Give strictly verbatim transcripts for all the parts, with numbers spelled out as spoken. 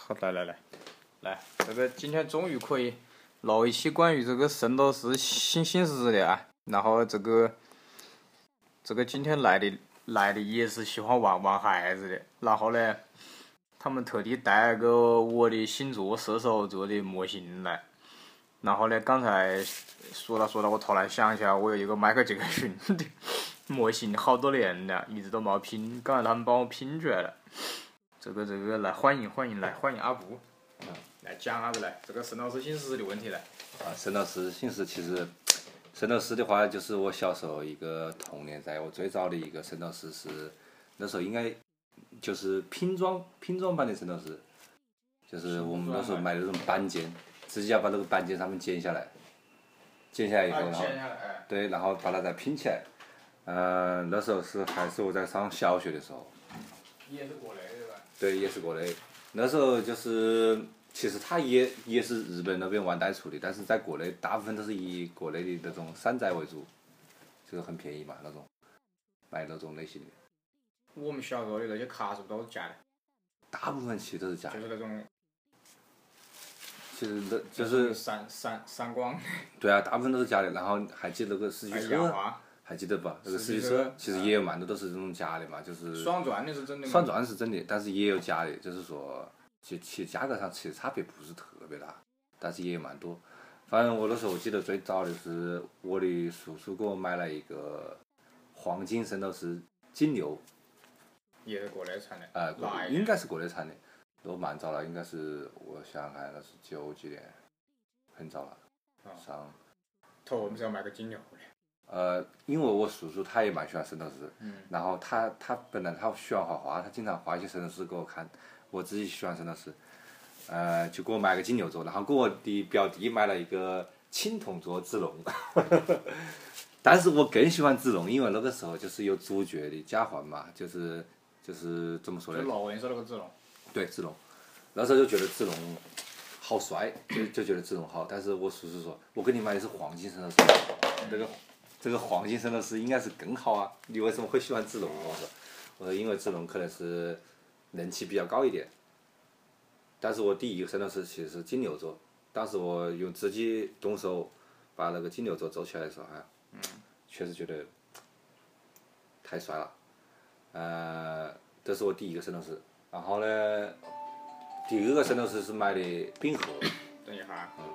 好，来来来，来，这个今天终于可以录一期关于这个圣斗士新新事的啊。然后这个这个今天来的来的也是喜欢玩玩孩子的，然后呢，他们特地带了个我的星座射手座的模型来。然后呢，刚才说到说到，我突然想一下，我有一个迈克尔杰克逊的模型，好多年了，一直都没拼，刚才他们帮我拼出来了。这个这个来欢迎欢迎来欢迎阿布，嗯，来讲阿布来这个圣斗士星矢的问题来。 啊，圣斗士星矢其实，圣斗士的话就是我小时候一个童年，在我最早的一个圣斗士是那时候应该就是拼装拼装版的圣斗士，就是我们那时候买的那种板件，直接要把那个板件上面剪下来，剪下来以后，然后对，然后把它再拼起来。呃，那时候是还是我在上小学的时候。 也是国内的吧？ 对，也是国内。那时候就是，其实它也也是日本那边万代出的，但是在国内大部分都是以国内的那种山寨为主，就是很便宜嘛那种，买那种类型的。 我们小时候的那些卡是不是都是假的？ 大部分其实都是假的。 就是那种。 其实那就是闪闪闪光。 对啊，大部分都是假的。然后还记得那个四驱车，还记得吧？那个四驱车其实也有蛮多都是这种假的嘛，就是。 双钻的是真的吗？ 双钻是真的，但是也有假的，就是说，其其实价格上其实差别不是特别大，但是也有蛮多。反正我那时候我记得最早的是我的叔叔给我买了一个黄金圣斗士金牛。 也是国内产的。 呃，应该是国内产的，都蛮早了，应该是我想想看，那是九几年，很早了。 哦、 上。 头我们是要买个金牛的。 呃，因为我叔叔他也蛮喜欢圣斗士， 嗯、 然后他他本来他喜欢画画，他经常画一些圣斗士给我看，我自己喜欢圣斗士，呃，就给我买个金牛座，然后给我的表弟买了一个青铜座子龙，但是我更喜欢子龙，因为那个时候就是有主角的假换嘛，就是就是怎么说呢？ 就老人说那个子龙。 对，子龙，那时候就觉得子龙好帅，就就觉得子龙好，但是我叔叔说，我给你买的是黄金圣斗士，这个。这个黄金圣斗士应该是更好啊！你为什么会喜欢子龙？我说，我说因为子龙可能是人气比较高一点。但是我第一个圣斗士其实是金牛座，当时我用自己动手把那个金牛座做起来的时候，哎， 嗯， 确实觉得太帅了。呃，这是我第一个圣斗士。然后呢，第二个圣斗士是买的丙贺。 等一下。 嗯。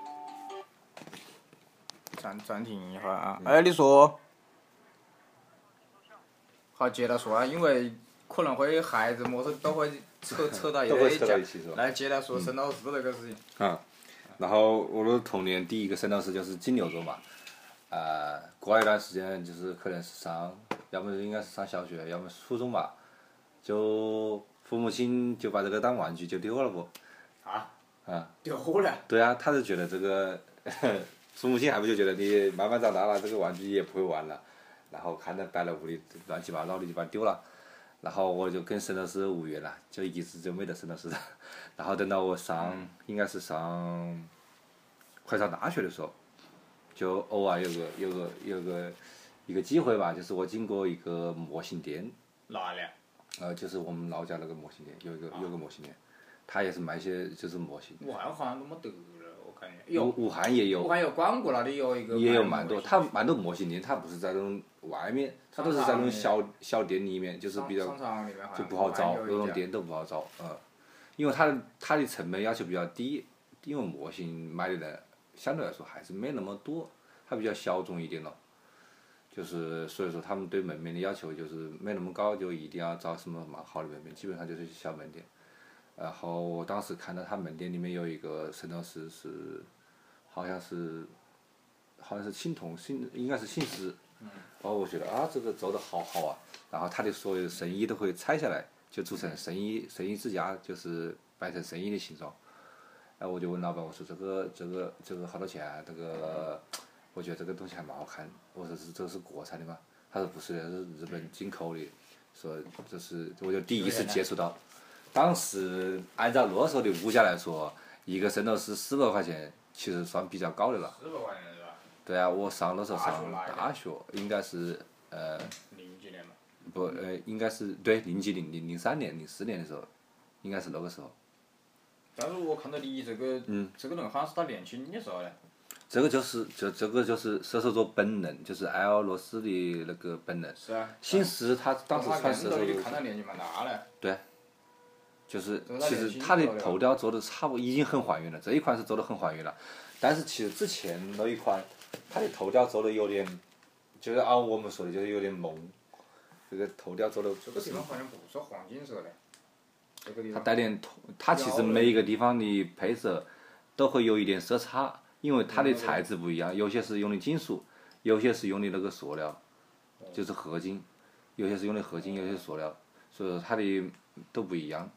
暂暂停一下啊！哎，你说，好，接着说啊，因为可能会孩子么事都会扯扯到一起，来接着说圣斗士那个事情。 啊，然后我的童年第一个圣斗士就是金牛座嘛，呃，过了一段时间就是可能是上，要么应该是上小学，要么初中吧，就父母亲就把这个当玩具就丢了不？ 啊？ 啊。 丢了？ 对啊，他就觉得这个。父母亲还不就觉得你慢慢长大了，这个玩具也不会玩了，然后看着摆在屋里乱七八糟的就把它丢了，然后我就跟圣斗士无缘了，就一直就没得圣斗士了。然后等到我上， 嗯、 应该是上，快上大学的时候，就偶尔有个有个有个一个机会吧，就是我经过一个模型店。 哪里？ 呃，就是我们老家那个模型店，有一个、啊、有个模型店，他也是卖一些就是模型。 武汉好像都没得。 有武汉也有， 武汉有广固那里有一个， 也有蛮多。它蛮多模型店，它不是在那种外面，它都是在那种小小店里面，就是比较就不好找，那种店都不好找，嗯，因为它的它的成本要求比较低，因为模型买的人相对来说还是没那么多，它比较小众一点咯。就是所以说他们对门面的要求就是没那么高，就一定要找什么蛮好的门面，基本上就是小门店。然后我当时看到他门店里面有一个圣斗士是，好像是，好像是青铜，姓应该是姓石。 嗯。 哦，我觉得啊，这个做的好好啊。然后他的所有圣衣都可以拆下来，就做成圣衣圣衣支架，就是摆成圣衣的形状。然后我就问老板，我说这个这个这个好多钱啊？这个，我觉得这个东西还蛮好看。我说是这是国产的吗？他说不是的，是日本进口的。说这是我就第一次接触到。当时按照那时候的物价来说，一个圣斗士四百块钱，其实算比较高的了。 四百块钱是吧？ 对啊，我上那时候上大学，应该是呃。 零几年嘛。 不呃，应该是对零几零零零三年零四年的时候，应该是那个时候。 但是我看到你这个， 嗯， 这个人好像是他年轻的时候嘞。 这个就是就这个就是射手座本能，就是艾尔罗斯的那个本能。 是啊。 星矢他当时穿射手座。 看他年纪蛮大嘞。 对。就是其实他的头雕做的差不多已经很还原了，这一款是做的很还原了，但是其实之前那一款，他的头雕做的有点，就是按我们说的就是有点懵，这个头雕做的。 这个地方好像不是黄金色的。这个地方。 它带点，它其实每一个地方的配色都会有一点色差，因为它的材质不一样，有些是用的金属，有些是用的那个塑料，就是合金，有些是用的合金，有些是塑料，所以说它的都不一样。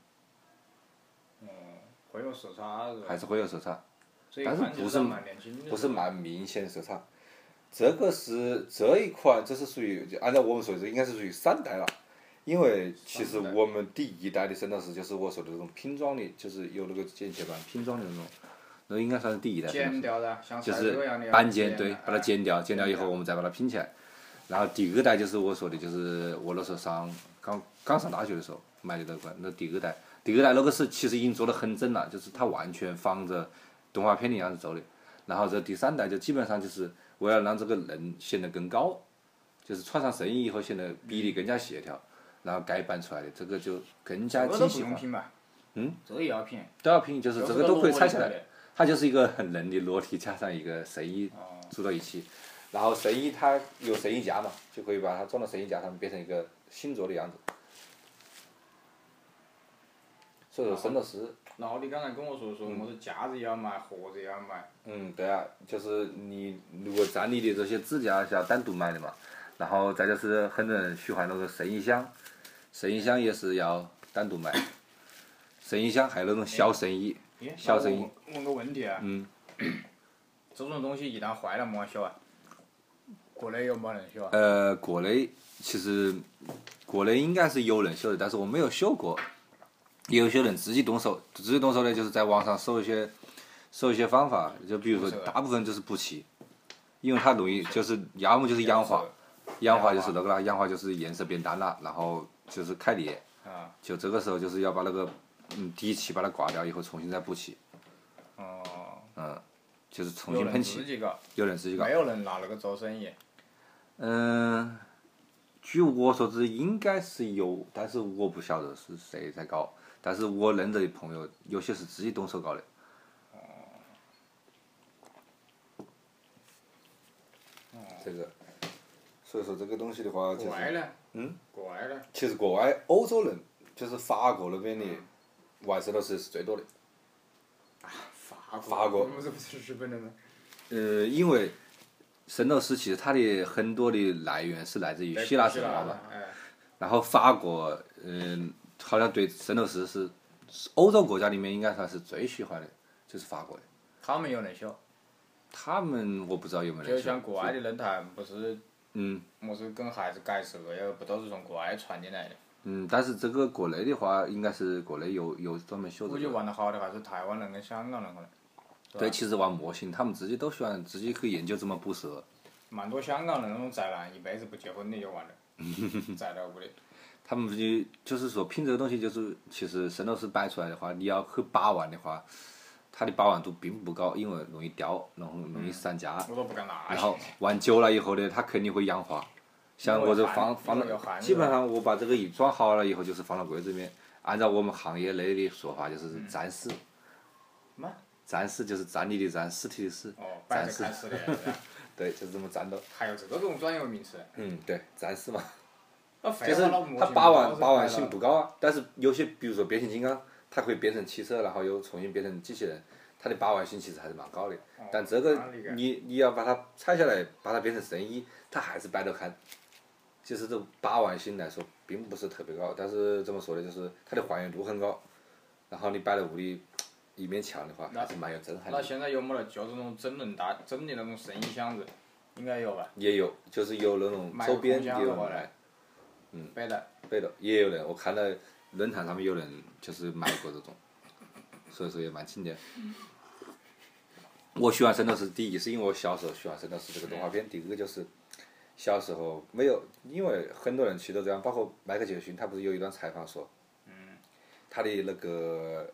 会有色差。 还是会有色差，但是不是不是蛮明显色差。这个是这一款，这是属于按照我们说，这应该是属于三代了，因为其实我们第一代的圣斗士就是我说的这种拼装的，就是有那个剪切板拼装的那种，那应该算是第一代。 剪掉的，像就是板剪，对，把它剪掉，剪掉以后我们再把它拼起来。然后第二代就是我说的，就是我那时候上刚刚上大学的时候买的那款，那第二代。第二代那个是其实已经做得很整了，就是它完全仿着动画片的样子做的。然后这第三代就基本上就是为了让这个人显得更高，就是穿上圣衣以后显得比例更加协调，然后改版出来的这个就更加精细化。嗯。 这个也要拼。 都要拼，就是这个都可以拆下来，它就是一个很嫩的裸体加上一个圣衣组到一起，然后圣衣它有圣衣架嘛，就可以把它装到圣衣架上面变成一个星座的样子。所以说圣斗士。 然后你刚才跟我说说么子架子也要买，盒子也要买。 嗯，对啊，就是你如果站立的这些支架是要单独买的嘛，然后再就是很多人喜欢那个圣衣箱，圣衣箱也是要单独买。圣衣箱还有那种小圣衣，小圣衣。 问个问题啊。 嗯。 这种东西一旦坏了么修啊？国内有没人修啊？ 呃，国内其实国内应该是有人修的，但是我没有修过。也有些人自己动手，自己动手呢，就是在网上搜一些搜一些方法，就比如说大部分就是补漆，因为它容易就是要么就是氧化，氧化就是那个啦，氧化就是颜色变淡了，然后就是开裂，就这个时候就是要把那个嗯底漆把它刮掉以后重新再补漆。 哦。 嗯，就是重新喷漆。有人自己搞。 没有人拿那个做生意。 嗯，据我所知应该是有，但是我不晓得是谁在搞。但是我认得的朋友有些是自己动手搞的。这个，所以说这个东西的话，就是。 国外呢？ 嗯。 国外呢？ 其实国外欧洲人，就是法国那边的，玩圣斗士是最多的。 啊，法国。 法国。 不是不是日本人吗？ 呃，因为圣斗士其实它的很多的来源是来自于希腊神话嘛。然后法国，嗯。好像对圣斗士是欧洲国家里面应该算是最喜欢的，就是法国的。 他们有人修。 他们我不知道有没有人修。 就像国外的论坛不是。 嗯。 么是跟孩子改色呀，不都是从国外传进来的。 嗯，但是这个国内的话，应该是国内有有专门修这个。 估计玩得好的还是台湾人跟香港人可能。 对，其实玩模型，他们自己都喜欢，自己去研究怎么补色。 蛮多香港人那种宅男，一辈子不结婚的就玩了，宅到屋里。 他们就就是说拼这个东西，就是其实圣斗士摆出来的话，你要去把玩的话，它的把玩度并不高，因为容易掉，然后容易散架。 我都不敢拿。 然后玩久了以后呢，它肯定会氧化。像我这放放了，基本上我把这个一装好了以后，就是放到柜子里面。按照我们行业内的说法，就是战死。 么？ 战死就是站立的站，尸体的尸。 哦，摆着看尸的。 对，就是这么战斗。 还有这个种专有名词。 嗯，对，战死嘛。 就是它把玩把玩性不高啊，但是有些比如说变形金刚，它可以变成汽车，然后又重新变成机器人，它的把玩性其实还是蛮高的。但这个你你要把它拆下来，把它变成圣衣，它还是摆着看。其实这把玩性来说并不是特别高，但是怎么说呢，就是它的还原度很高，然后你摆在屋里一面墙的话，还是蛮有震撼的。 那现在有没得就这种整人大整的那种圣衣箱子？应该有吧？ 也有，就是有那种周边也有卖。嗯， 北的， 北的也有人，我看到论坛上面有人就是买过这种，所以说也蛮经典。我喜欢圣斗士，第一是因为我小时候喜欢圣斗士这个动画片，第二个就是小时候没有，因为很多人其实都这样，包括迈克尔·杰克逊，他不是有一段采访说，他的那个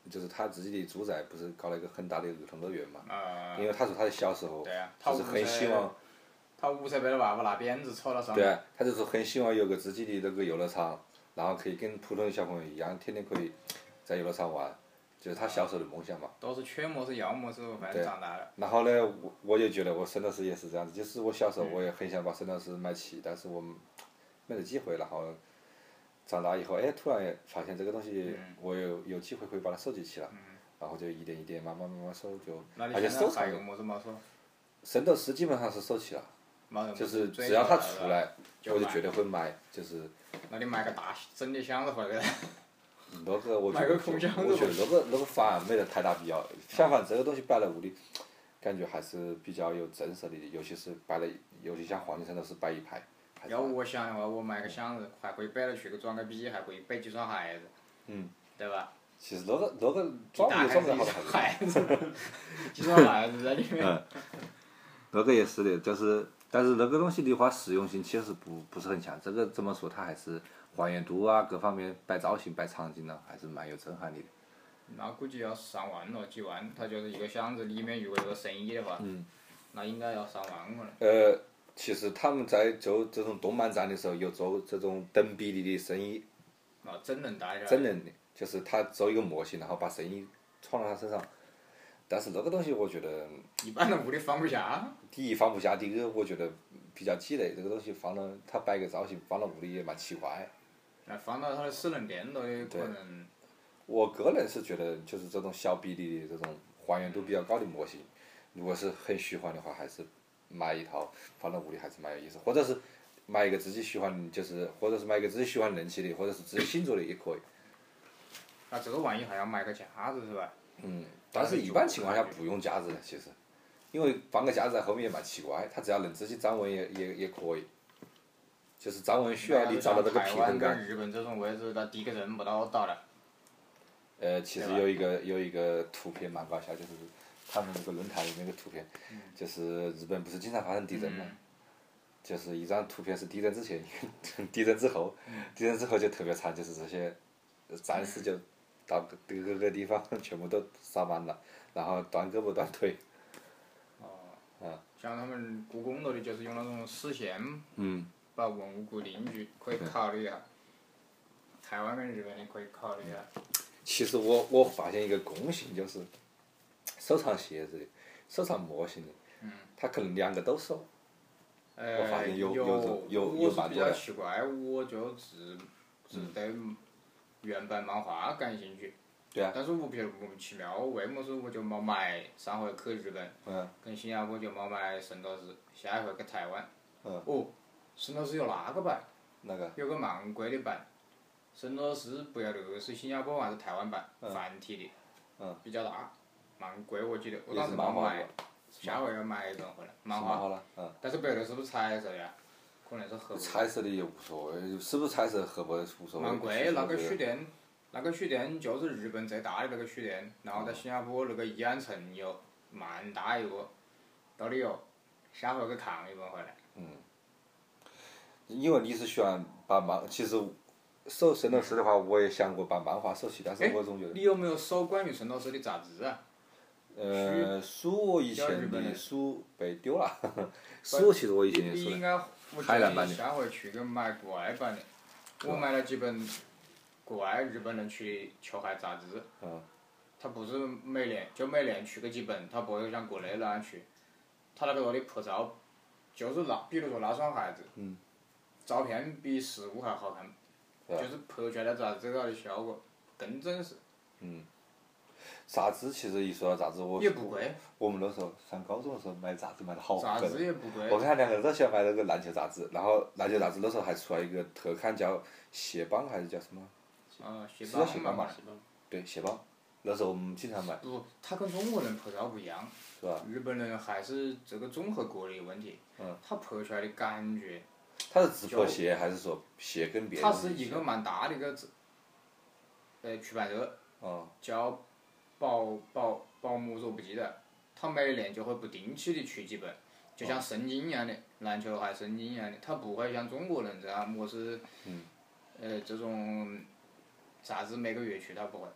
就是他自己的住宅不是搞了一个很大的儿童乐园嘛？ 啊。 因为他说他的小时候，就是很希望。 他五岁背的娃娃拿鞭子戳到上面。 对啊，他就是很希望有个自己的那个游乐场，然后可以跟普通的小朋友一样，天天可以在游乐场玩，就是他小时候的梦想嘛。 都是缺么是要么是，反正长大了。 然后呢，我我就觉得我沈老师也是这样子，就是我小时候我也很想把沈老师买齐，但是我没得机会，然后长大以后，哎，突然发现这个东西我有有机会可以把它收集起来，然后就一点一点慢慢慢慢收就，而且收藏。圣斗士基本上是收齐了。就是只要他出来，我就绝对会买，就是。 那你买个大整的箱子回来。 那个我觉得，我觉得那个那个反而没得太大必要。相反，这个东西摆在屋里，感觉还是比较有震慑力的，尤其是摆在，尤其像黄金圣斗士摆一排。 要我想的话，我买个箱子，还可以摆得去个装个笔，还可以摆几双鞋子。 嗯。 对吧？ 其实那个那个装不装不好鞋子。几双鞋子在里面。 嗯。那个也是的，就是。但是那个东西的话，实用性其实不不是很强。这个怎么说，它还是还原度啊，各方面摆造型、摆场景呢，还是蛮有震撼力的。 那估计要上万了，几万。它就是一个箱子，里面如果有个圣衣的话， 嗯、 那应该要上万个了。 呃，其实他们在做这种动漫展的时候，有做这种等比例的圣衣。 啊，整人搭下来。 整人的，就是他做一个模型，然后把圣衣穿到他身上。但是那个东西，我觉得。 一般人屋里放不下。 第一放不下，第二我觉得比较鸡肋，这个东西放到他摆个造型放到屋里也蛮奇怪。 那放到他的私人店都有可能。 我个人是觉得，就是这种小比例的这种还原度比较高的模型，如果是很喜欢的话，还是买一套放到屋里还是蛮有意思，或者是买一个自己喜欢，就是或者是买一个自己喜欢人气的，或者是自己星座的也可以。 那这个玩意还要买个架子是吧？ 嗯，但是一般情况下不用架子的，其实，因为放个架子在后面也蛮奇怪，它只要能自己站稳也也也可以。就是站稳需要你找到那个平衡感。 台湾跟日本这种位置，它第一个人不到到了。 呃，其实有一个有一个图片蛮搞笑，就是他们那个论坛里面的图片，就是日本不是经常发生地震嘛，就是一张图片是地震之前，地震之后，地震之后就特别惨，就是这些战士就到各个个地方全部都杀满了，然后断胳膊断腿。 哦。像他们故宫那里就是用那种丝线。 嗯。 把文物固定住，可以考虑一下。台湾跟日本也可以考虑一下。 其实我我发现一个共性，就是收藏鞋子的、收藏模型的，他可能两个都收。我发现有有有有蛮多的。 我是比较奇怪，我就只只对原版漫画感兴趣。 对啊。 但是我不晓得莫名其妙，为么事我就没买上回去日本，跟新加坡就没买圣斗士，下一回去台湾。哦。圣斗士有那个版。 哪个？ 有个漫规的版。圣斗士不要那个是新加坡还是台湾版？繁体的。 嗯。 比较大。漫规我记得，我当时没买。下回要买一本回来。漫画。 了。嗯。 但是不晓得是不是彩色的呀？可能是合。 彩色的也无所谓，是不是彩色合不无所谓。 漫规那个书店，那个书店就是日本最大的那个书店，然后在新加坡那个宜安城有蛮大一个，到底有，下回去看一本回来。 嗯。因为你是喜欢把漫，其实收圣斗士的话，我也想过把漫画收起，但是我总觉得。 你有没有收关于圣斗士的杂志啊？ 呃，书我以前的书被丢了，书其实我以前也是。 你应该，我建议下回去给买国外版的。我买了几本国外日本人出的球鞋杂志。 嗯。 它不是每年就每年出个几本，它不会像国内那样出。它那个多的拍照，就是那，比如说那双鞋子。 嗯。 照片比实物还好看，就是拍出来的杂志这个的效果更真实。 嗯。杂志其实一说到杂志，我。 也不贵。 我们那时候上高中的时候买杂志买的好贵。 杂志也不贵。 我跟他两个人都喜欢买那个篮球杂志，然后篮球杂志那时候还出来一个特刊叫鞋帮还是叫什么？ 啊，鞋帮。是叫鞋帮嘛？ 对，鞋帮。那时候我们经常买。 不，他跟中国人拍照不一样。 是吧？ 日本人还是这个综合国力问题。 嗯。 他拍出来的感觉。 他是自拍鞋还是说鞋跟别人？ 他是一个蛮大的一个字，呃，出版社。 哦。 叫宝宝宝木说不记得，他每年就会不定期的出几本，就像圣经一样的，篮球还圣经一样的，他不会像中国人这样，么是，呃，这种杂志每个月出，他不会。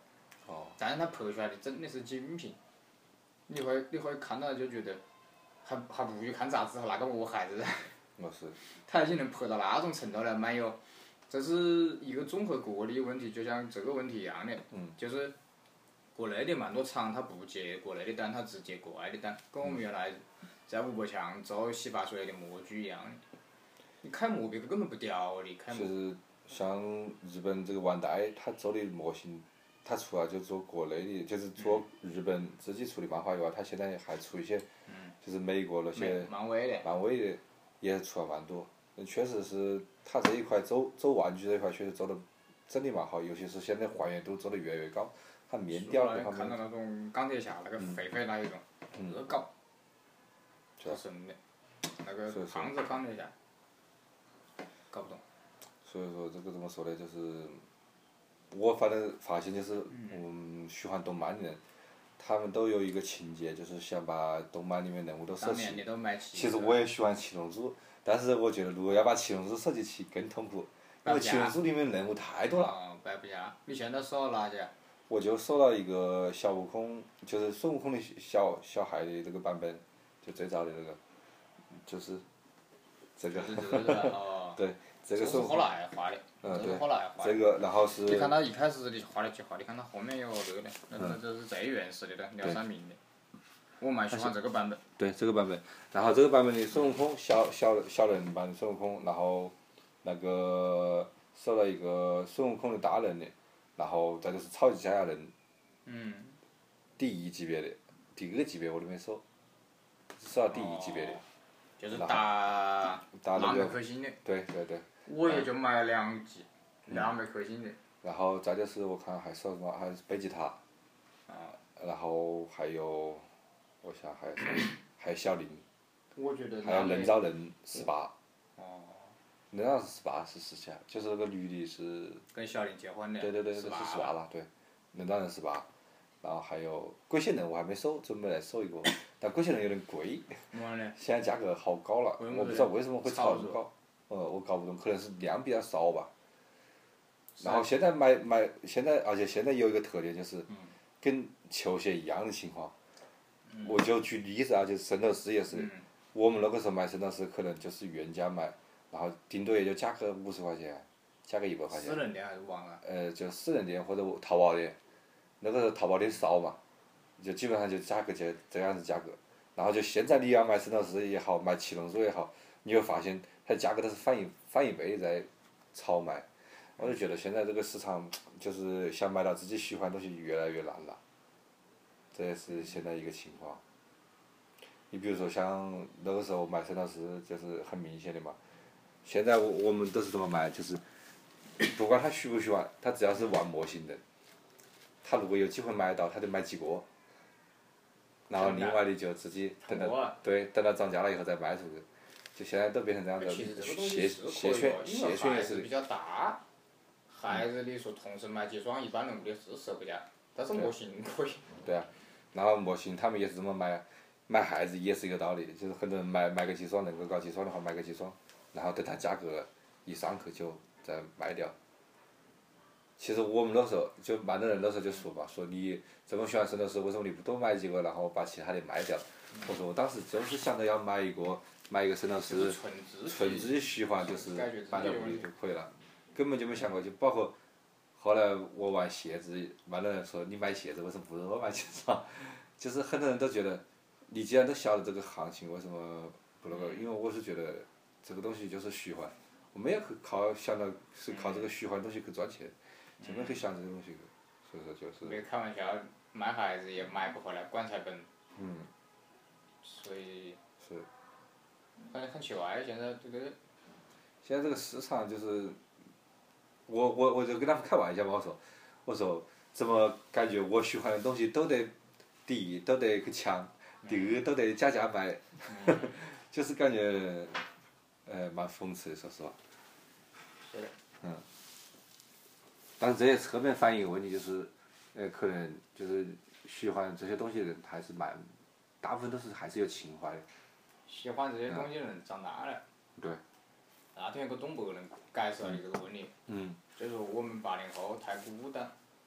哦。 但是他拍出来的真的是精品，你会你会看到就觉得，还还不如看杂志和那个魔孩子。 我是。 他已经能拍到那种程度了，没有，这是一个综合国力的问题，就像这个问题一样的， 嗯、 就是国内的蛮多厂他不接国内的单，他只接国外的单，跟我们原来在吴伯强做洗发水的模具一样的。你开模别个根本不屌的，开模。 其实像日本这个万代，他做的模型，他除了就做国内的，就是做日本自己出的漫画以外，他现在还出一些，就是美国那些。 漫威的。 漫威的，也出了蛮多。确实是他这一块走走玩具这一块确实做得真的蛮好，尤其是现在还原度做得越来越高，它面雕这方面。 看到那种钢铁侠那个狒狒那一种，恶搞。是神的，那个胖子钢铁侠。搞不懂。 所以说这个怎么说呢？就是，我反正发现就是，嗯，喜欢动漫的人，他们都有一个情节，就是想把动漫里面人物都设齐。其实我也喜欢七龙珠。但是我觉得，如果要把七龙珠设计齐更痛苦，因为七龙珠里面人物太多了。 哦，摆不下。你现在收了哪些？ 我就收了一个小悟空，就是孙悟空的小小孩的那个版本，就最早的那个，就是这个。对，这个是。 这是后来画的。 嗯，对。 这个，然后是。 你看他一开始的画的计划，你看他后面有那个的，那那这是最原始的了，廖三明的。我蛮喜欢这个版本。 对这个版本，然后这个版本的孙悟空小小小人版的孙悟空，然后那个收了一个孙悟空的大人的，然后再就是超级赛亚人。 嗯。 第一级别的，第二个级别我都没收，只收了第一级别的。 就是打纳美克星的。 对对对。 我也就买了两级，纳美克星的。 然后再就是我看还收什么，还是贝吉塔。 啊。 然后还有。我想还有啥？还有小林。 我觉得。 还有人造人十八。 哦。 人造人十八是十七，就是那个女的是。 跟小林结婚的。 对对对，是十八了，对。人造人十八，然后还有鬼仙人我还没收，准备来收一个，但鬼仙人有点贵。现在价格好高了，我不知道为什么会炒这么高。呃，我搞不懂，可能是量比较少吧。然后现在买买，现在而且现在有一个特点就是，跟球鞋一样的情况。我就举例子啊，就是圣斗士也是，我们那个时候买圣斗士可能就是原价买，然后顶多也就加个五十块钱，加个一百块钱。 私人店还是网啊？ 呃，就私人店或者淘宝店，那个时候淘宝店少嘛，就基本上就价格就这样子价格，然后就现在你要买圣斗士也好，买七龙珠也好，你会发现它价格都是翻一翻一倍在炒卖，我就觉得现在这个市场就是想买到自己喜欢的东西越来越难了。这也是现在一个情况。你比如说像那个时候买圣斗士就是很明显的嘛，现在我我们都是怎么买？就是不管他喜不喜欢，他只要是玩模型的，他如果有机会买到，他就买几个，然后另外的就自己等到对等到涨价了以后再卖出去，就现在都变成这样子，谢谢选谢选也是。 比较大，孩子你说同时买几双，一般人物的是舍不得，但是模型可以。 对啊。然后模型他们也是这么买，买孩子也是一个道理，就是很多人买买个几双能够搞几双的话买个几双，然后等它价格一上去就再卖掉。其实我们那时候就蛮多人那时候就说嘛，说你这么喜欢圣斗士，为什么你不多买几个，然后把其他的卖掉？我说我当时就是想着要买一个买一个圣斗士，纯自己喜欢就是摆在屋里就可以了，根本就没想过就包括。后来我玩鞋子，蛮多人说你买鞋子为什么不是我买几双？就是很多人都觉得，你既然都晓得这个行情，为什么不那个？因为我是觉得这个东西就是虚幻，我们也可靠想到是靠这个虚幻东西去赚钱，基本去想这个东西，所以说就是。 别开玩笑，卖孩子也买不回来棺材本。 嗯。 所以。 是。 很很奇怪，现在这个。 现在这个市场就是。我我我就跟他们开玩笑嘛，我说，我说怎么感觉我喜欢的东西都得第一都得去抢，第二都得加价卖，就是感觉，呃，蛮讽刺的，说实话。 是的。 嗯。但是这也侧面反映一个问题，就是，呃，可能就是喜欢这些东西的人还是蛮，大部分都是还是有情怀的。 喜欢这些东西的人长大了。 对。 那天有个东北人解释了这个问题，就是说我们八零后太孤单，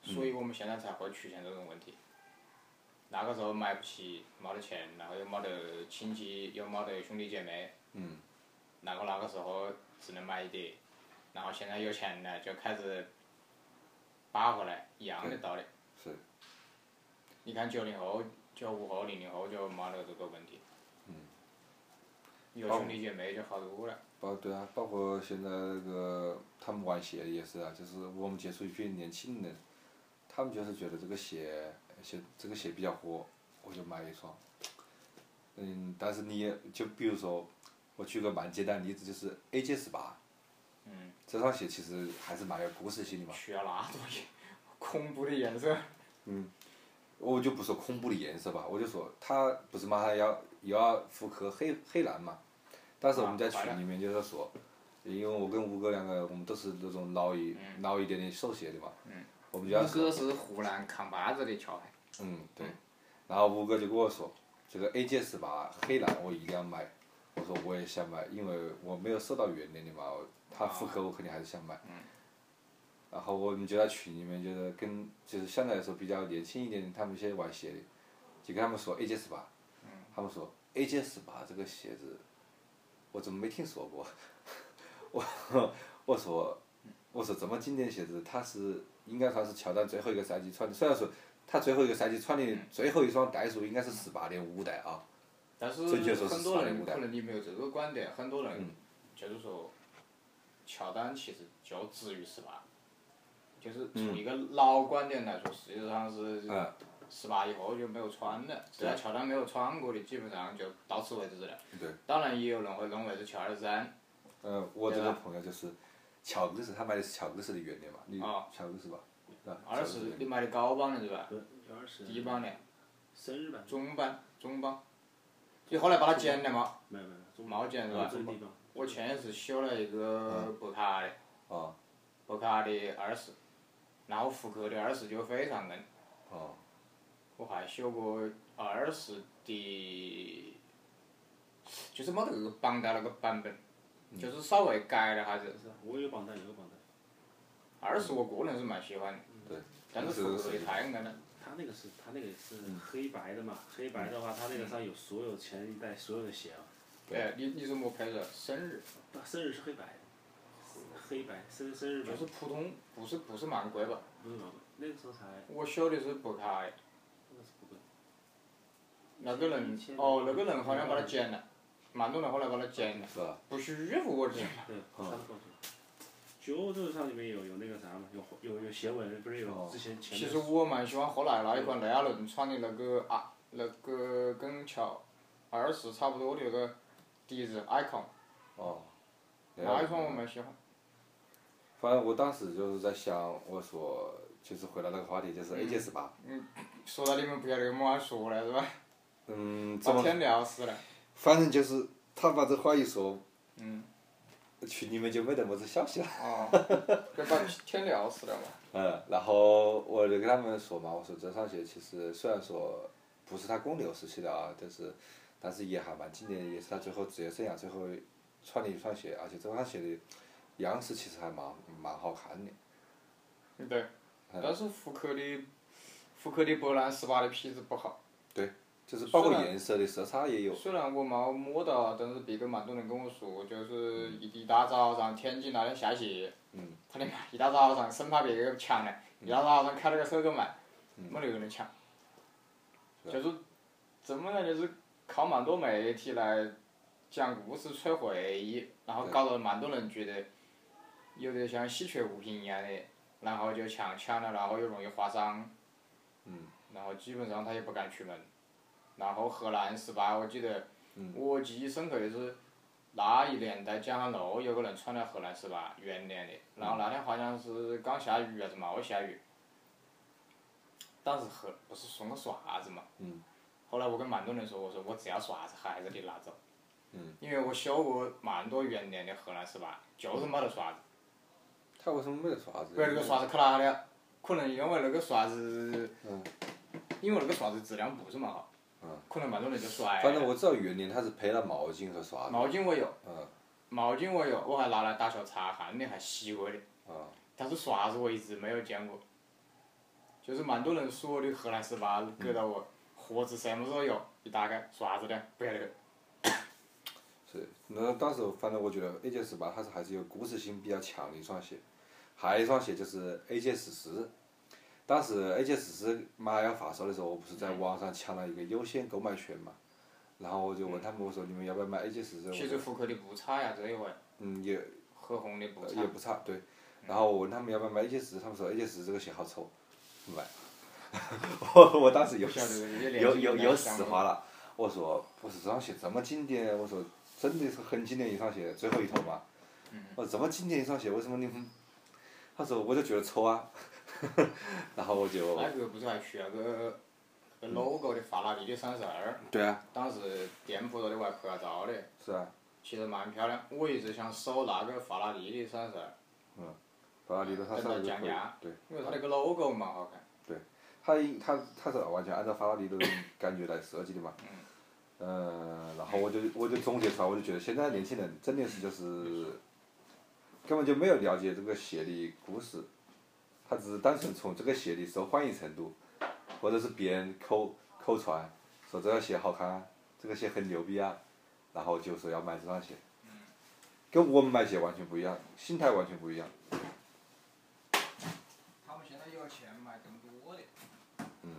所以我们现在才会出现这种问题。那个时候买不起，没得钱，然后又没得亲戚，又没得兄弟姐妹。 嗯。 然后那个时候只能买一点，然后现在有钱了就开始把回来，一样的道理。 是。 你看九零后、九五后、零零后就没得这个问题。 嗯。 有兄弟姐妹就好多了。 包对啊，包括现在那个他们玩鞋也是啊，就是我们接触一批年轻人，他们就是觉得这个鞋鞋这个鞋比较火，我就买一双。嗯，但是你也就比如说，我举个蛮简单的例子，就是 A J 十八。 嗯。 这双鞋其实还是蛮有故事性的嘛。 需要那多恐怖的颜色。 嗯。我就不说恐怖的颜色吧，我就说它不是马上要又要复刻黑黑蓝嘛。当时我们在群里面就是说，因为我跟吴哥两个，我们都是那种老一、 嗯、 老一点的手鞋的嘛。 嗯。 我们就要说。 吴哥是湖南扛把子的桥牌。 嗯，对。然后吴哥就跟我说，这个 A J 十八黑蓝我一定要买。我说我也想买，因为我没有收到原年的嘛，它复刻我肯定还是想买。 嗯。 然后我们就在群里面就是跟就是相对来说比较年轻一点的他们一些玩鞋的，就跟他们说 A J 十八。 嗯。 他们说 A J 十八这个鞋子。我怎么没听说过？我我说我说这么经典的鞋子，它是应该算是乔丹最后一个赛季穿的。虽然说他最后一个赛季穿的最后一双代数应该是十八点五代啊。 但是很多人可能你没有这个观点，很多人就是说，乔丹其实就止于十八，就是从一个老观点来说，实际上是十八以后就没有穿了，只要乔丹没有穿过的，基本上就到此为止了。 对。 当然也有人会认为是乔二三。 嗯，我这个朋友就是乔布斯，他买的是乔布斯的原点嘛，你乔布斯吧？ 二十，你买的高帮的是吧？ 对，二十。 低帮的。 生日版。 中帮，中帮。你后来把它剪了嘛？ 没有没有。 没剪是吧？我前一次修了一个博卡的。 哦。 博卡的二十，然后复刻的二十就非常嫩。 哦。 我还修过二十的，就是没得那个绑带那个版本，就是稍微改了下子。 我有绑带，有绑带。 二十我个人是蛮喜欢的。 对。 但是复刻的太硬了。 他那个是，他那个是黑白的嘛？黑白的话，他那个上有所有前一代所有的鞋啊。 哎，你你是么配的？生日。 生日是黑白的。黑白生生日版。 就是普通，不是不是漫规吧？ 不是漫规，那个时候才。 我修的是博卡的。那个人， 那哦，那个人好像把它剪了，蛮多人后来把它剪了。 是吧？ 不舒服我觉得。 对，他们告诉我。九州上里面有有那个啥嘛，有有有斜纹，不是有之前前。 其实我蛮喜欢后来那一款雷阿伦穿的那个啊，那个跟乔二十差不多的那个笛子 icon。 哦。 那一双我蛮喜欢。 反正我当时就是在想，我说，就是回到那个话题，就是 A J 十八。 嗯。说到你们不晓得么样说了是吧？ 嗯。 把天聊死了。 反正就是他把这话一说。 嗯。 群里面就没得么子消息了。 哦。就把天聊死了嘛。 嗯，然后我就跟他们说嘛，我说这双鞋其实虽然说不是他公牛时期的啊，但是但是也还蛮经典的，也是他最后职业生涯最后穿的一双鞋，而且这双鞋的样式其实还蛮蛮好看的。 对。但是复刻的复刻的博兰十八的皮子不好。 对。就是包括颜色的色差也有。 虽然我没摸到，但是别个蛮多人跟我说，就是一一大早上天津那天下雪，他的一大早上生怕别个抢了，一大早上开了个手购卖，没得个人抢。就是怎么呢？就是靠蛮多媒体来讲故事、吹回忆，然后搞得蛮多人觉得有点像稀缺物品一样的，然后就抢抢了，然后又容易划伤，然后基本上他也不敢出门。然后荷兰十八，我记得，我记忆深刻的是，那一年在江汉路有个人穿了荷兰十八原年的，然后那天好像是刚下雨还是没下雨，当时荷不是送个刷子嘛，后来我跟蛮多人说，我说我只要刷子，孩子你拿走，因为我修过蛮多原年的荷兰十八，就是没得刷子。 他为什么没得刷子？ 不，那个刷子去哪了？可能因为那个刷子，因为那个刷子质量不是蛮好。可能蛮多人就摔了。 反正我知道原年他是配了毛巾和刷子。 毛巾我有。毛巾我有，我还拿来打球擦汗的，还洗过的。但是刷子我一直没有见过。 就是蛮多人说的荷兰十八给到我，盒子什么时候有？一打开，刷子的，不要那个。 是，那当时反正我觉得 A J 十八它是还是有故事性比较强的一双鞋，还有一双鞋就是 A J 十四。当时 A J 十四马上要发售的时候，我不是在网上抢了一个优先购买权嘛，然后我就问他们我说你们要不要买 A J 十四？ 其实复刻的不差呀，这一回。 嗯，也。 和红的不差。 也不差，对。然后我问他们要不要买 A J 十四，他们说 A J 十四这个鞋好丑，不买。我我当时又又又又实话了，我说不是这双鞋这么经典，我说真的是很经典一双鞋，最后一头嘛。我说这么经典一双鞋，为什么你们？他说我就觉得丑啊。然后我就。 那个不是还出那个个 logo 的法拉利的三十二？ 对啊。 当时店铺头的我还拍了照的。 是啊。 其实蛮漂亮，我一直想收那个法拉利的三十二。 嗯。法拉利的它三十二可以。对。 因为它那个 logo 蛮好看。 对。它它它是完全按照法拉利的感觉来设计的嘛。嗯。嗯，然后我就我就总结出来，我就觉得现在年轻人真的是就是根本就没有了解这个鞋的故事，他只是单纯从这个鞋的受欢迎程度，或者是别人口口传说这个鞋好看，这个鞋很牛逼啊，然后就说要买这双鞋。跟我们买鞋完全不一样，心态完全不一样。 他们现在有钱买更多的。 嗯。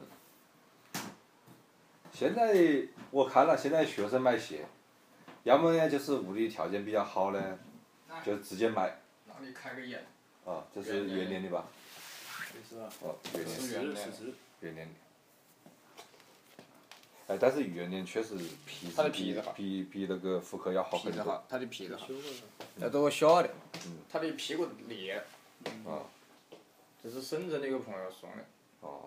现在我看了，现在学生买鞋，要么呢就是屋里条件比较好的，就直接买。 那你开个眼。 啊，这是元年的吧？ 是啊。 哦，元年。 是元年。 元年的。哎，但是元年确实皮质比比比那个复刻要好很多。 它的皮子好。那都小的。嗯。它的屁股裂。 啊。 这是深圳的一个朋友送的。 哦。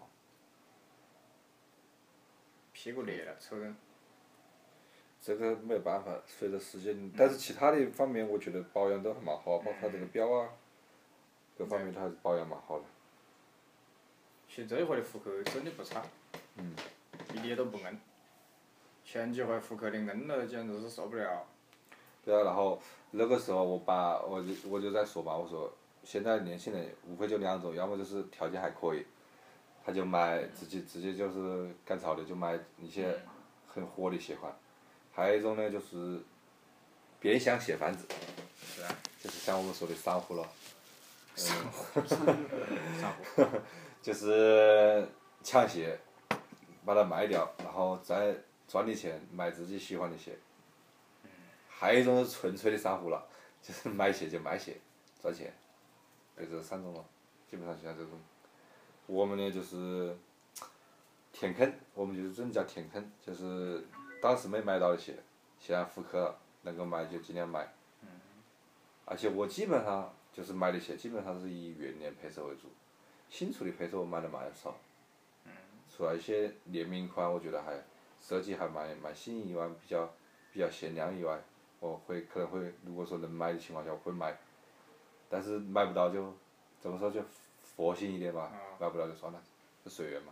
屁股裂了，丑人。 这个没办法，随着时间，但是其他的方面我觉得保养都还蛮好，包括它这个表啊，各方面它还是保养蛮好的。 其实这一回的复刻真的不差。 嗯。 一点都不硬。前几回复刻的硬了，简直是受不了。 对啊，然后那个时候我把我就我就在说嘛，我说现在年轻人无非就两种，要么就是条件还可以，他就买自己自己就是赶潮流就买一些很火的鞋款，还有一种呢就是变相鞋贩子。 是啊。 就是像我们说的散户了。 散户。散户。 就是抢鞋，把它卖掉，然后再赚的钱买自己喜欢的鞋。还有一种是纯粹的散户了，就是买鞋就卖鞋，赚钱，就这三种了，基本上现在这种。我们呢就是填坑，我们就是真叫填坑，就是当时没买到的鞋，现在复刻了，能够买就尽量买。而且我基本上就是买的鞋，基本上是以元年配色为主，新出的配色我买的蛮少。除了一些联名款，我觉得还设计还蛮蛮新颖以外，比较比较限量以外，我会可能会如果说能买的情况下我会买，但是买不到就怎么说就佛系一点吧，买不到就算了，就随缘嘛。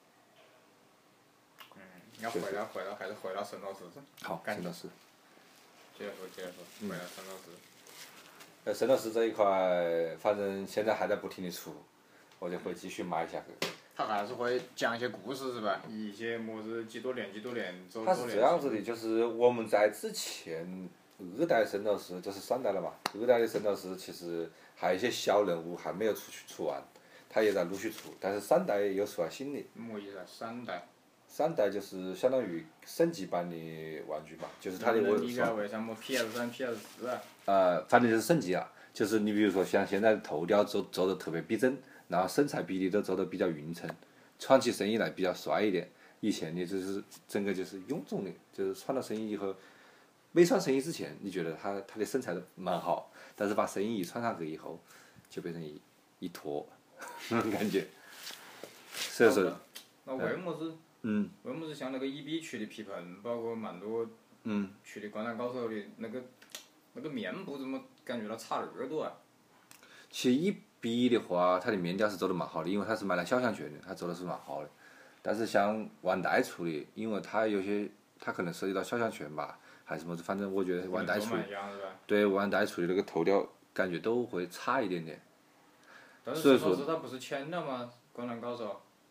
嗯，要回到回到还是回到圣斗士。 好，圣斗士。 接着说接着说，回到圣斗士。 呃，圣斗士这一块，反正现在还在不停的出，我就会继续买下去。 他还是会讲一些故事是吧？一些么子几多年几多年走多年。 它是这样子的，就是我们在之前二代圣斗士就是三代了嘛，二代的圣斗士其实还有一些小任务还没有出去出完，它也在陆续出，但是三代又出了新的。 么意思啊？三代。 三代就是相当于升级版的玩具嘛，就是它的我。 你个为什么 P S 三 P S 四啊？ 呃，反正就是升级了，就是你比如说像现在头雕做做得特别逼真。然后身材比例都做得比较匀称，穿起身衣来比较帅一点。以前的就是整个就是臃肿的，就是穿了身衣以后，没穿身衣之前你觉得他他的身材都蛮好，但是把身衣一穿上去以后，就变成一一坨那种感觉。所以说。 那为么子？ 嗯。 为么子像那个一 B 出的皮蓬，包括蛮多。 嗯。 出的灌篮高手的那个那个面部怎么感觉到差耳朵啊？ 其实一。B 的话，它的面料是做得蛮好的，因为它是买了小项圈的，它做的是蛮好的。但是像万代出的，因为它有些它可能涉及到小项圈吧，还是么子，反正我觉得万代出的，对万代出的那个头雕感觉都会差一点点。 但是圣斗士它不是签了吗？灌篮高手。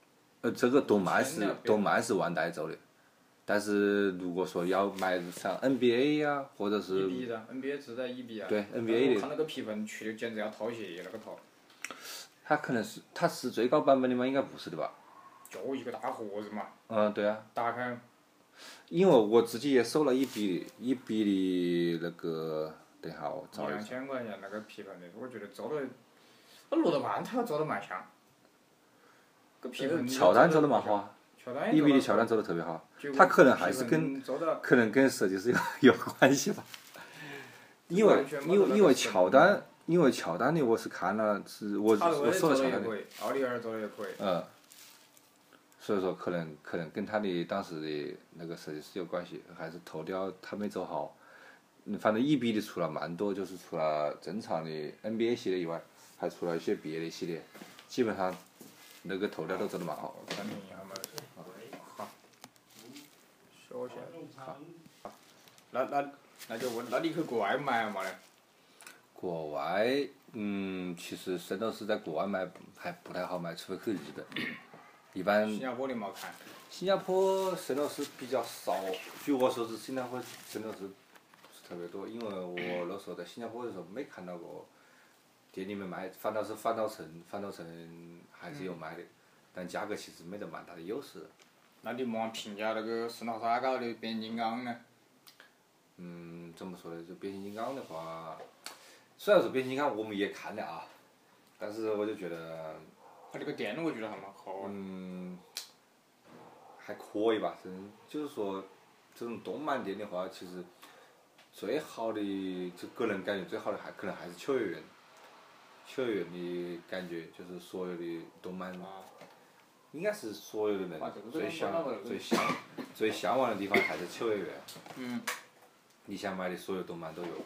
呃，这个动漫是动漫是万代做的，但是如果说要买像 N B A 呀、或者是。 一比的 N B A 自带一比啊。 对 N B A 的。 我看那个皮本去的简直要掏血那个头。 它可能是它是最高版本的吗？应该不是的吧？ 就一个大盒子嘛。 嗯，对啊。 打开。 因为我自己也收了一比的，一比的那个，等一下我找一下。 一两千块钱那个皮本的，我觉得做的，那罗德曼他做的蛮像。个皮本。 乔丹做的蛮好啊。一比的乔丹做的特别好，他可能还是跟可能跟设计师有有关系吧。因为因为因为乔丹，因为乔丹的我是看了，是我我收了乔丹的。 奥利尔做的也可以。 嗯。所以说，可能可能跟他的当时的那个设计师有关系，还是头雕他没做好。嗯，反正一比的出了蛮多，就是除了正常的 N B A 系列以外，还出了一些别的系列，基本上那个头雕都做得蛮好。 看一下嘛。好。小些。好。那那那就问，那你去国外买嘛嘞？ 国外，嗯，其实圣斗士在国外买还不太好买，除非去日本。一般。 新加坡的没看。 新加坡圣斗士比较少，据我所知，新加坡圣斗士不是特别多，因为我那时候在新加坡的时候没看到过店里面卖，反倒是反斗城，反斗城还是有卖的，但价格其实没得蛮大的优势。 那你么评价那个圣淘沙搞的变形金刚呢？ 嗯，怎么说呢？就变形金刚的话，虽然说变形金刚我们也看了啊，但是我就觉得。 他这个店我觉得还蛮好。 嗯，还可以吧，真就是说，这种动漫店的话，其实最好的就个人感觉最好的还可能还是秋叶原。秋叶原的感觉就是所有的动漫，应该是所有的人最向最向最向往的地方还是秋叶原。 嗯。 你想买的所有动漫都有。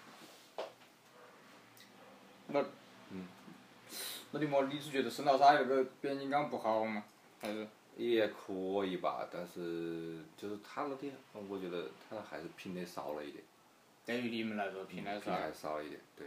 那。 嗯。 那你么？你是觉得圣淘沙那个变形金刚不好吗？还是？ 也可以吧，但是就是他那点，我觉得他还是评的少了一点。 对于你们来说，评的少。 评还少一点，对。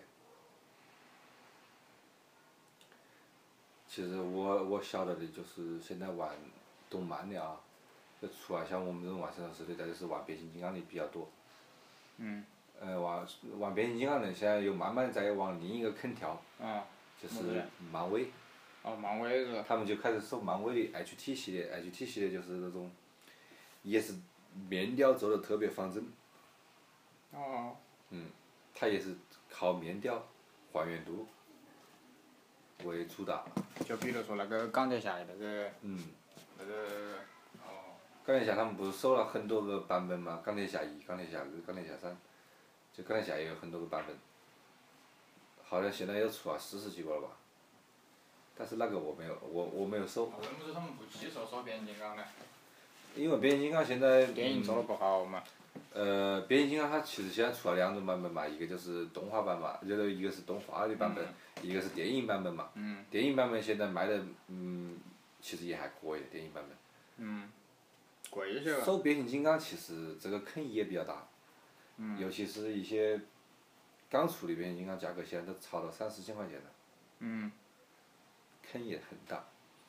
其实我我晓得的就是现在玩动漫的啊，就除了像我们这种玩圣斗士的，再就是玩变形金刚的比较多。 嗯。 呃，玩玩变形金刚的人现在又慢慢在往另一个坑跳。 啊。 就是漫威。 哦，漫威是。 他们就开始收漫威的 H T 系列 ，H T 系列就是那种，也是面雕做的特别仿真。 哦。 嗯，它也是靠面雕还原度为主打。 就比如说那个钢铁侠的那个。 嗯。 那个。哦。 钢铁侠他们不是收了很多个版本嘛？钢铁侠一、钢铁侠二、钢铁侠三，就钢铁侠也有很多个版本。好像现在又出了四十几个了吧？但是那个我没有，我我没有收。 为什么他们不起手收变形金刚呢？ 因为变形金刚现在。 电影做得不好嘛。 呃，变形金刚它其实现在出了两种版本嘛，一个就是动画版嘛，就是一个是动画的版本，一个是电影版本嘛。 嗯。 电影版本现在卖的，嗯，其实也还可以，电影版本。 嗯。贵一些吧。 收变形金刚其实这个坑也比较大。 嗯。 尤其是一些刚出的变形金刚，价格现在都炒到三四千块钱了。 嗯。 坑也很大。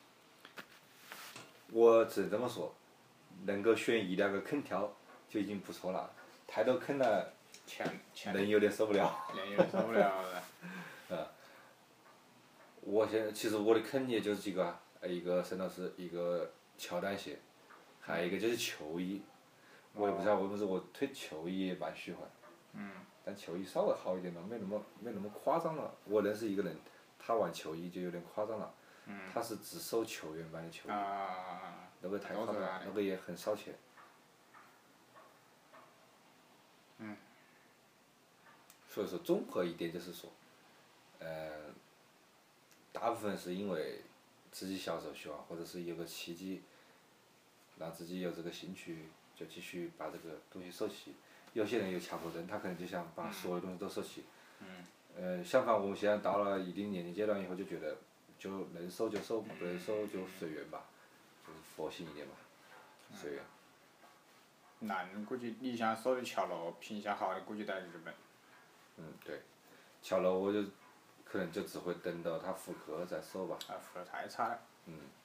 我只能这么说，能够选一两个坑跳就已经不错了，太多坑了，人有点受不了。 人有点受不了了。 嗯。我现在其实我的坑也就是几个啊，一个圣斗士，一个乔丹鞋，还有一个就是球衣。我也不知道为什么我对球衣也蛮喜欢。 嗯。 但球衣稍微好一点嘛，没那么没那么夸张了。我认识一个人，他玩球衣就有点夸张了。 嗯。 他是只收球员版的球衣。 啊。 那个太夸张了，那个也很烧钱。 嗯。 所以说，综合一点就是说，呃，大部分是因为自己小时候喜欢，或者是有个契机，让自己有这个兴趣，就继续把这个东西收齐。有些人有强迫症，他可能就想把所有东西都收齐。 嗯。 呃，相反，我们现在到了一定年龄阶段以后，就觉得就能收就收，不能收就随缘吧，就是佛系一点吧，随缘。 那估计你想收的乔洛评价好的，估计在日本。 嗯，对，乔洛我就可能就只会等到它复刻再收吧。 啊，复刻太差了。 嗯。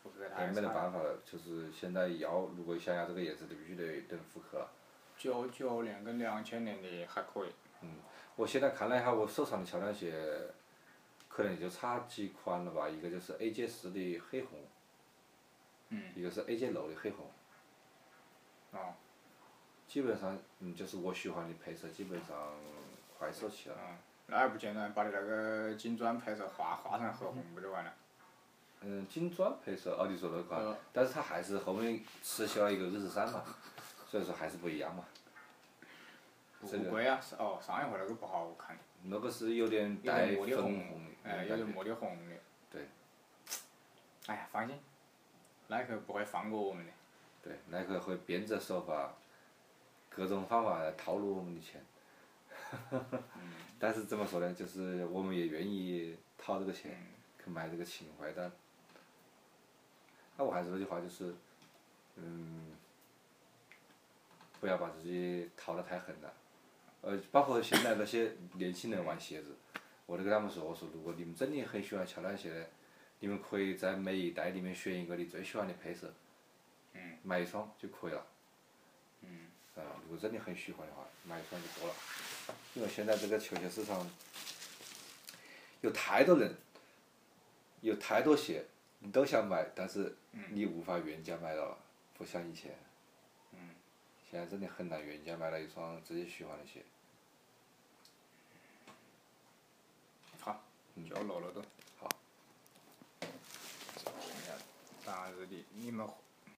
也没得办法了，就是现在要如果想要这个颜色，就必须得等复刻了。 九九年跟两千年的还可以。 嗯，我现在看了一下我手上的乔丹鞋，可能就差几款了吧，一个就是 A J 四的黑红， 嗯。 一个是 A J 六的黑红。 哦。 基本上，嗯，就是我喜欢的配色，基本上快手齐了。 嗯，那还不简单，把你那个金砖配色画画成黑红不就完了？ 嗯，金砖配色，哦，你说那款，但是它还是后面吃消了一个日式衫嘛，所以说还是不一样嘛。 不贵啊，哦，上一回那个不好看。 那个是有点带粉红的。 哎，有点墨的红的。 对。 哎呀，放心，耐克不会放过我们的。 对，耐克会编织手法，各种方法来套路我们的钱。但是怎么说呢？就是我们也愿意掏这个钱，去买这个情怀单。那我还是那句话，就是，嗯，不要把自己掏得太狠了。呃，包括现在那些年轻人玩鞋子，我都跟他们说，我说如果你们真的很喜欢乔丹鞋呢，你们可以在每一代里面选一个你最喜欢的配色，买一双就可以了。 嗯。 啊，如果真的很喜欢的话，买一双就够了。因为现在这个球鞋市场有太多人，有太多鞋，你都想买，但是你无法原价买到了，不像以前。 嗯。 现在真的很难原价买到一双自己喜欢的鞋。 好，就落了都。 好。 当日的你们。